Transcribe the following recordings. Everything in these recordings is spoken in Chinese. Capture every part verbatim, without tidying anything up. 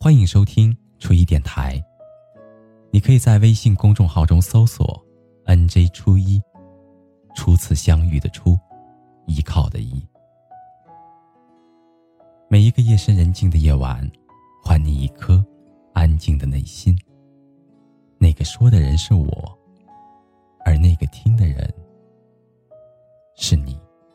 欢迎收听初一电台。你可以在微信公众号中搜索 N J 初一，初次相遇的初，依靠的依。每一个夜深人静的夜晚，还你一颗安静的内心。那个说的人是我，而那个听的人是你。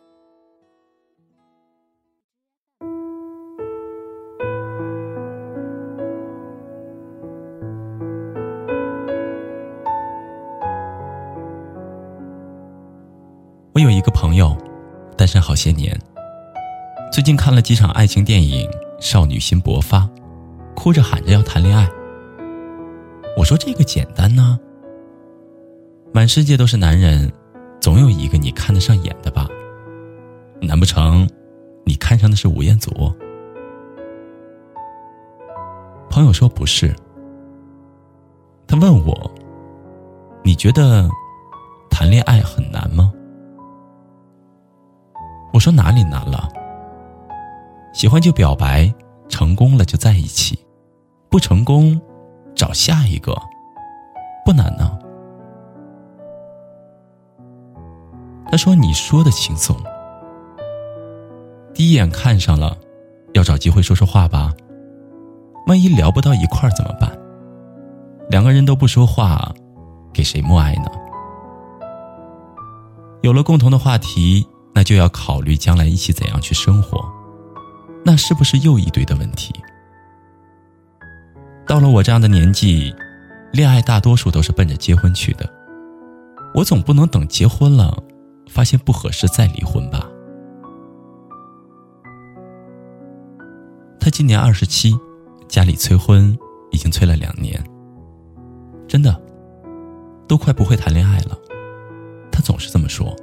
我有一个朋友，单身好些年，最近看了几场爱情电影，少女心勃发，哭着喊着要谈恋爱。我说这个简单呢，满世界都是男人，总有一个你看得上眼的吧？难不成你看上的是吴彦祖？朋友说不是。他问我，你觉得谈恋爱很难吗？我说哪里难了？喜欢就表白，成功了就在一起，不成功找下一个，不难呢。他说你说的轻松，第一眼看上了，要找机会说说话吧，万一聊不到一块儿怎么办？两个人都不说话，给谁默哀呢？有了共同的话题，那就要考虑将来一起怎样去生活，那是不是又一堆的问题？到了我这样的年纪，恋爱大多数都是奔着结婚去的，我总不能等结婚了发现不合适再离婚吧。他今年二十七，家里催婚已经催了两年，真的都快不会谈恋爱了，他总是这么说。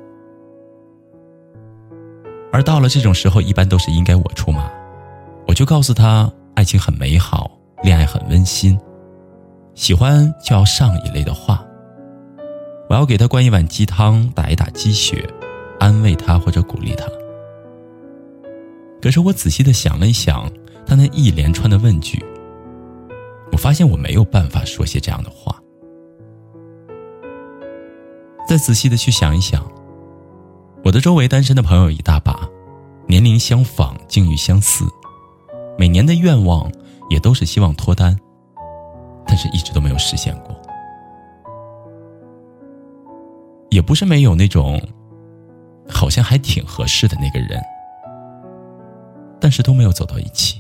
而到了这种时候，一般都是应该我出马，我就告诉他，爱情很美好，恋爱很温馨，喜欢就要上一类的话，我要给他灌一碗鸡汤，打一打鸡血，安慰他或者鼓励他。可是我仔细地想了一想他那一连串的问句，我发现我没有办法说些这样的话。再仔细地去想一想，我的周围单身的朋友一大把，年龄相仿，境遇相似，每年的愿望也都是希望脱单，但是一直都没有实现过。也不是没有那种好像还挺合适的那个人，但是都没有走到一起。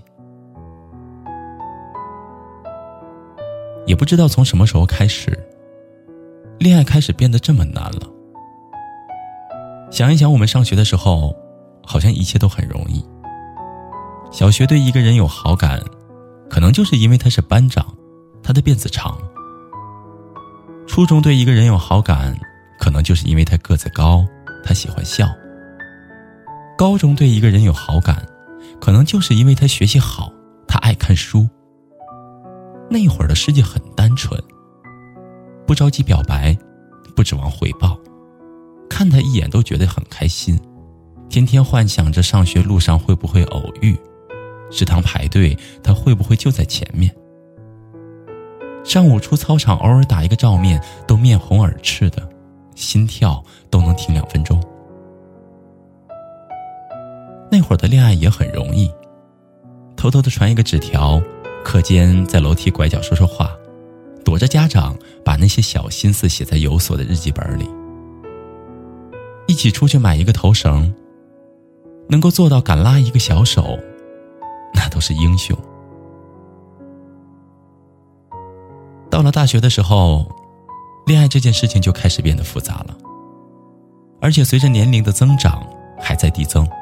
也不知道从什么时候开始，恋爱开始变得这么难了。想一想我们上学的时候，好像一切都很容易。小学对一个人有好感，可能就是因为他是班长，他的辫子长。初中对一个人有好感，可能就是因为他个子高，他喜欢笑。高中对一个人有好感，可能就是因为他学习好，他爱看书。那会儿的世界很单纯，不着急表白，不指望回报，看他一眼都觉得很开心，天天幻想着上学路上会不会偶遇，食堂排队他会不会就在前面。上午出操场偶尔打一个照面，都面红耳赤的，心跳都能停两分钟。那会儿的恋爱也很容易，偷偷地传一个纸条，课间在楼梯拐角说说话，躲着家长把那些小心思写在有锁的日记本里。一起出去买一个头绳，能够做到敢拉一个小手，那都是英雄。到了大学的时候，恋爱这件事情就开始变得复杂了，而且随着年龄的增长还在递增。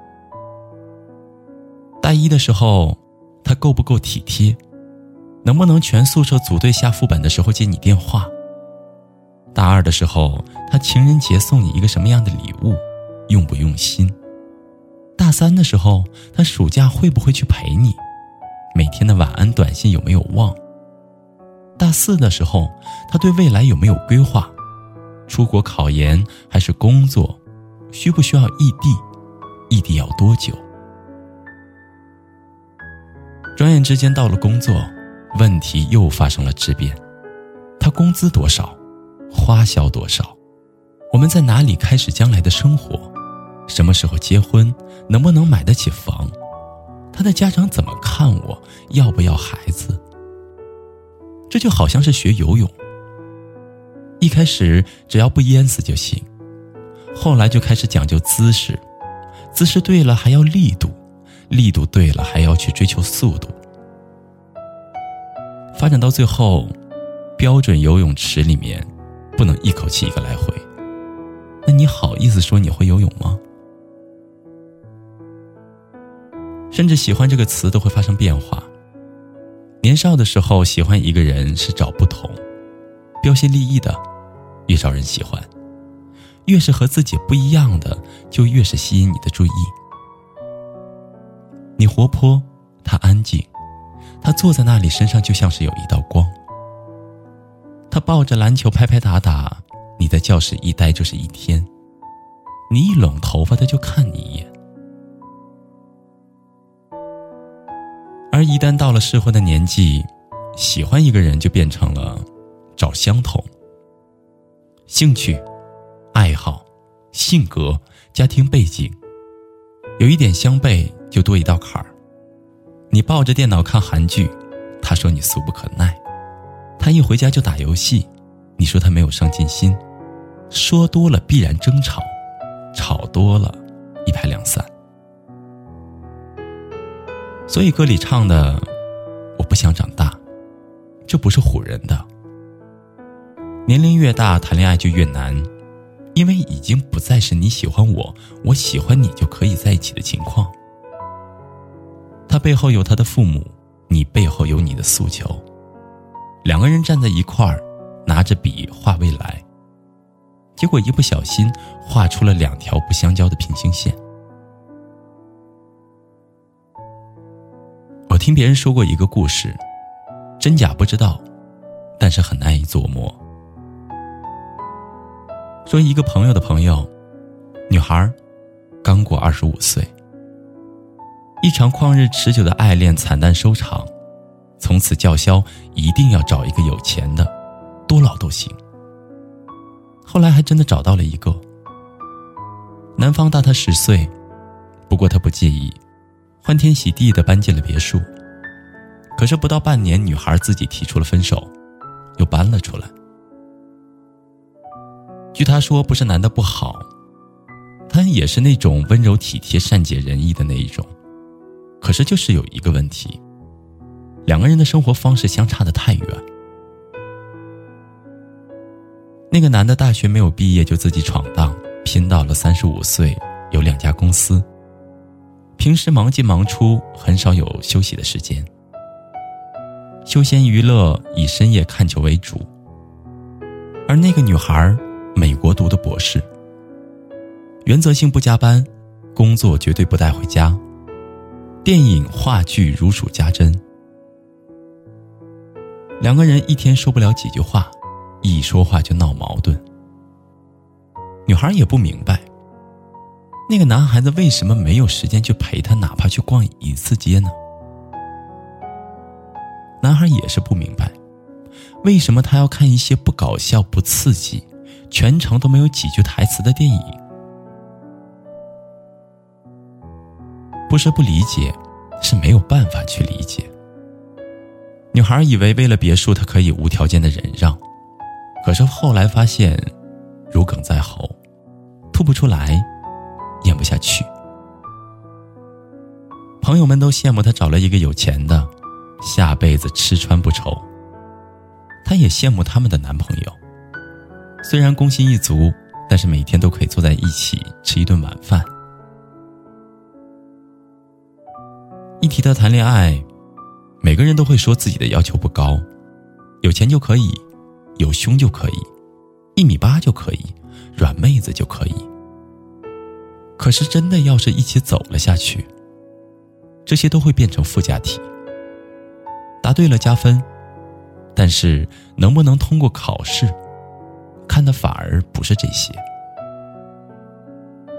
大一的时候，他够不够体贴，能不能全宿舍组队下副本的时候接你电话。大二的时候，他情人节送你一个什么样的礼物，用不用心。大三的时候，他暑假会不会去陪你，每天的晚安短信有没有忘。大四的时候，他对未来有没有规划，出国考研还是工作，需不需要异地，异地要多久。 转眼之间到了工作，问题又发生了质变。他工资多少？花销多少？我们在哪里开始将来的生活？什么时候结婚？能不能买得起房？他的家长怎么看我？要不要孩子？这就好像是学游泳，一开始只要不淹死就行，后来就开始讲究姿势，姿势对了还要力度，力度对了还要去追求速度，发展到最后，标准游泳池里面不能一口气一个来回，那你好意思说你会游泳吗？甚至喜欢这个词都会发生变化。年少的时候喜欢一个人是找不同，标新立异的越招人喜欢，越是和自己不一样的就越是吸引你的注意。你活泼，他安静，他坐在那里身上就像是有一道光。他抱着篮球拍拍打打，你在教室一待就是一天，你一拢头发他就看你一眼。而一旦到了适婚的年纪，喜欢一个人就变成了找相同，兴趣、爱好、性格、家庭背景，有一点相悖就多一道坎儿。你抱着电脑看韩剧，他说你俗不可耐；他一回家就打游戏，你说他没有上进心。说多了必然争吵，吵多了一拍两散。所以歌里唱的我不想长大，这不是唬人的。年龄越大谈恋爱就越难，因为已经不再是你喜欢我，我喜欢你就可以在一起的情况。他背后有他的父母，你背后有你的诉求，两个人站在一块儿，拿着笔画未来，结果一不小心画出了两条不相交的平行线。我听别人说过一个故事，真假不知道，但是很难以琢磨。说一个朋友的朋友，女孩刚过二十五岁，一场旷日持久的爱恋惨淡收场，从此叫嚣一定要找一个有钱的，多老都行。后来还真的找到了一个，男方大他十岁，不过他不介意，欢天喜地地搬进了别墅。可是不到半年，女孩自己提出了分手，又搬了出来。据她说，不是男的不好，他也是那种温柔体贴善解人意的那一种，可是就是有一个问题，两个人的生活方式相差得太远。那个男的大学没有毕业就自己闯荡，拼到了三十五岁，有两家公司，平时忙进忙出，很少有休息的时间，休闲娱乐以深夜看球为主。而那个女孩美国读的博士，原则性不加班，工作绝对不带回家，电影话剧如数家珍。两个人一天说不了几句话，一说话就闹矛盾。女孩也不明白，那个男孩子为什么没有时间去陪她，哪怕去逛一次街呢？男孩也是不明白，为什么他要看一些不搞笑、不刺激，全程都没有几句台词的电影。不是不理解，是没有办法去理解。女孩以为为了别墅她可以无条件的忍让，可是后来发现如鲠在喉，吐不出来，咽不下去。朋友们都羡慕她找了一个有钱的，下辈子吃穿不愁。她也羡慕他们的男朋友，虽然工薪一族，但是每天都可以坐在一起吃一顿晚饭。一提到谈恋爱，每个人都会说自己的要求不高，有钱就可以，有胸就可以，一米八就可以，软妹子就可以。可是真的要是一起走了下去，这些都会变成附加题。答对了加分，但是能不能通过考试，看的反而不是这些。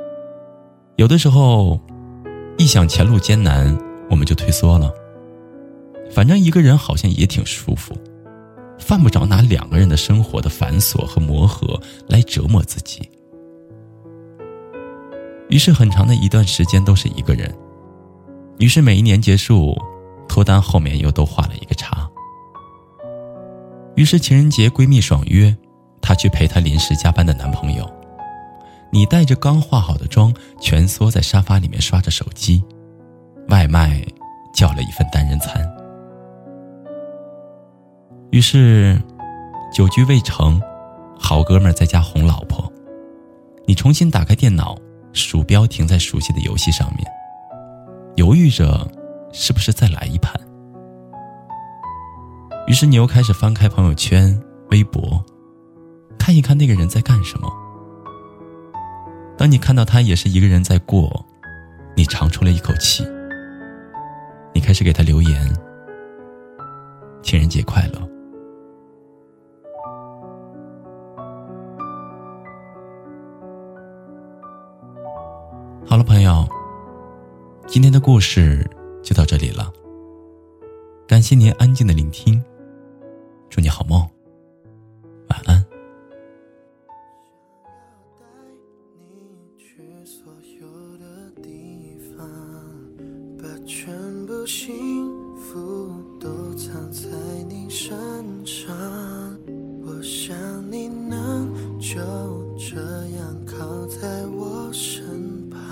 有的时候一想前路艰难，我们就退缩了， 反正一个人好像也挺舒服，犯不着拿两个人的生活的繁琐和磨合来折磨自己。于是很长的一段时间都是一个人，于是每一年结束，脱单后面又都画了一个叉。于是情人节闺蜜爽约，她去陪她临时加班的男朋友，你带着刚化好的妆，蜷缩在沙发里面刷着手机，外卖叫了一份单人餐。于是酒局未成，好哥们儿在家哄老婆，你重新打开电脑，鼠标停在熟悉的游戏上面，犹豫着是不是再来一盘。于是你又开始翻开朋友圈、微博，看一看那个人在干什么。当你看到他也是一个人在过，你长出了一口气，你开始给他留言：情人节快乐。好了，朋友，今天的故事就到这里了，感谢您安静的聆听，祝你好梦，晚安。 所有的地方，把全部幸福都藏在你身上，我想你能就这样靠在我身旁。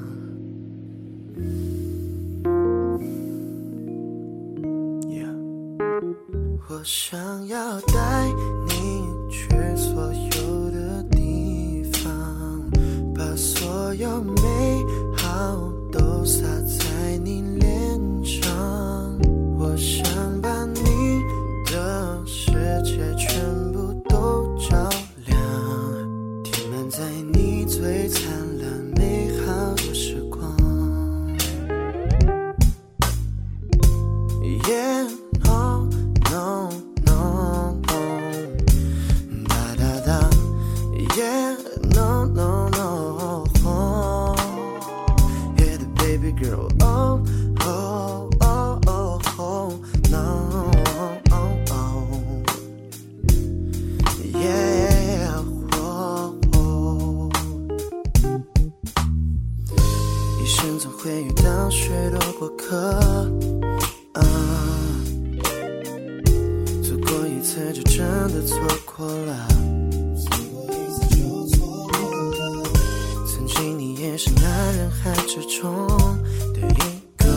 我想要带你去所有的地方，把所有美好都洒在你脸上，我想把你的世界全部都照亮，填满在你最灿烂美好的时光。 Yeah, no, no, no, no. Da da da. Yeah, no, no, no. Yeah, the baby girl. Oh, oh, oh, oh, oh. No, oh, oh. Yeah, oh, oh. 一生总会遇到许多过客。次就真的错过了，曾经你也是那人海之中的一个，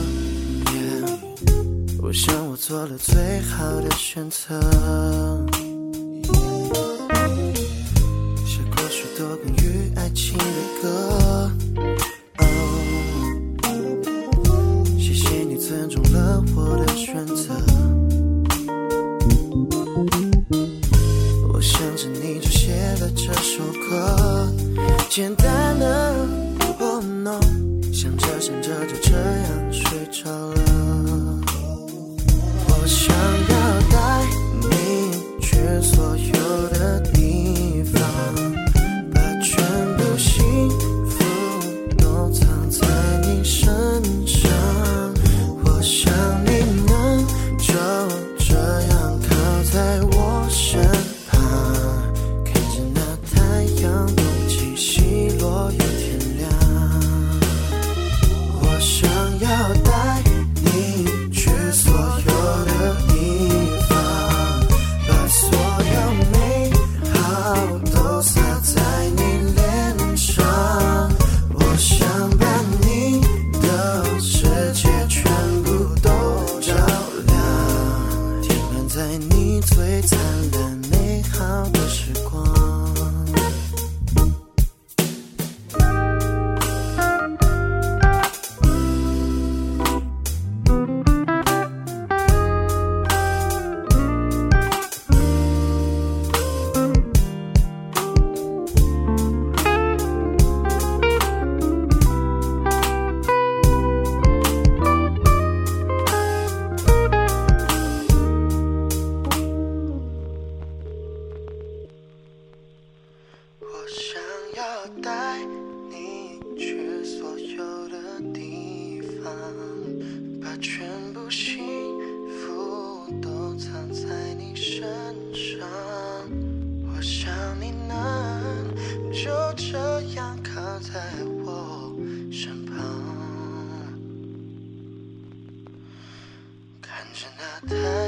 yeah, 我想我做了最好的选择，写过许多关于爱情的歌， oh, 谢谢你尊重了我的选择，我想着你就写了这首歌，简单的 oh no， 想着想着就这样睡着了。我想要带你去所有的地方，把全部幸福都藏在你身上，我想你能就这样靠在我身旁，看着那太阳东起西落，有天你身上，我想你能就这样靠在我身旁，看着那太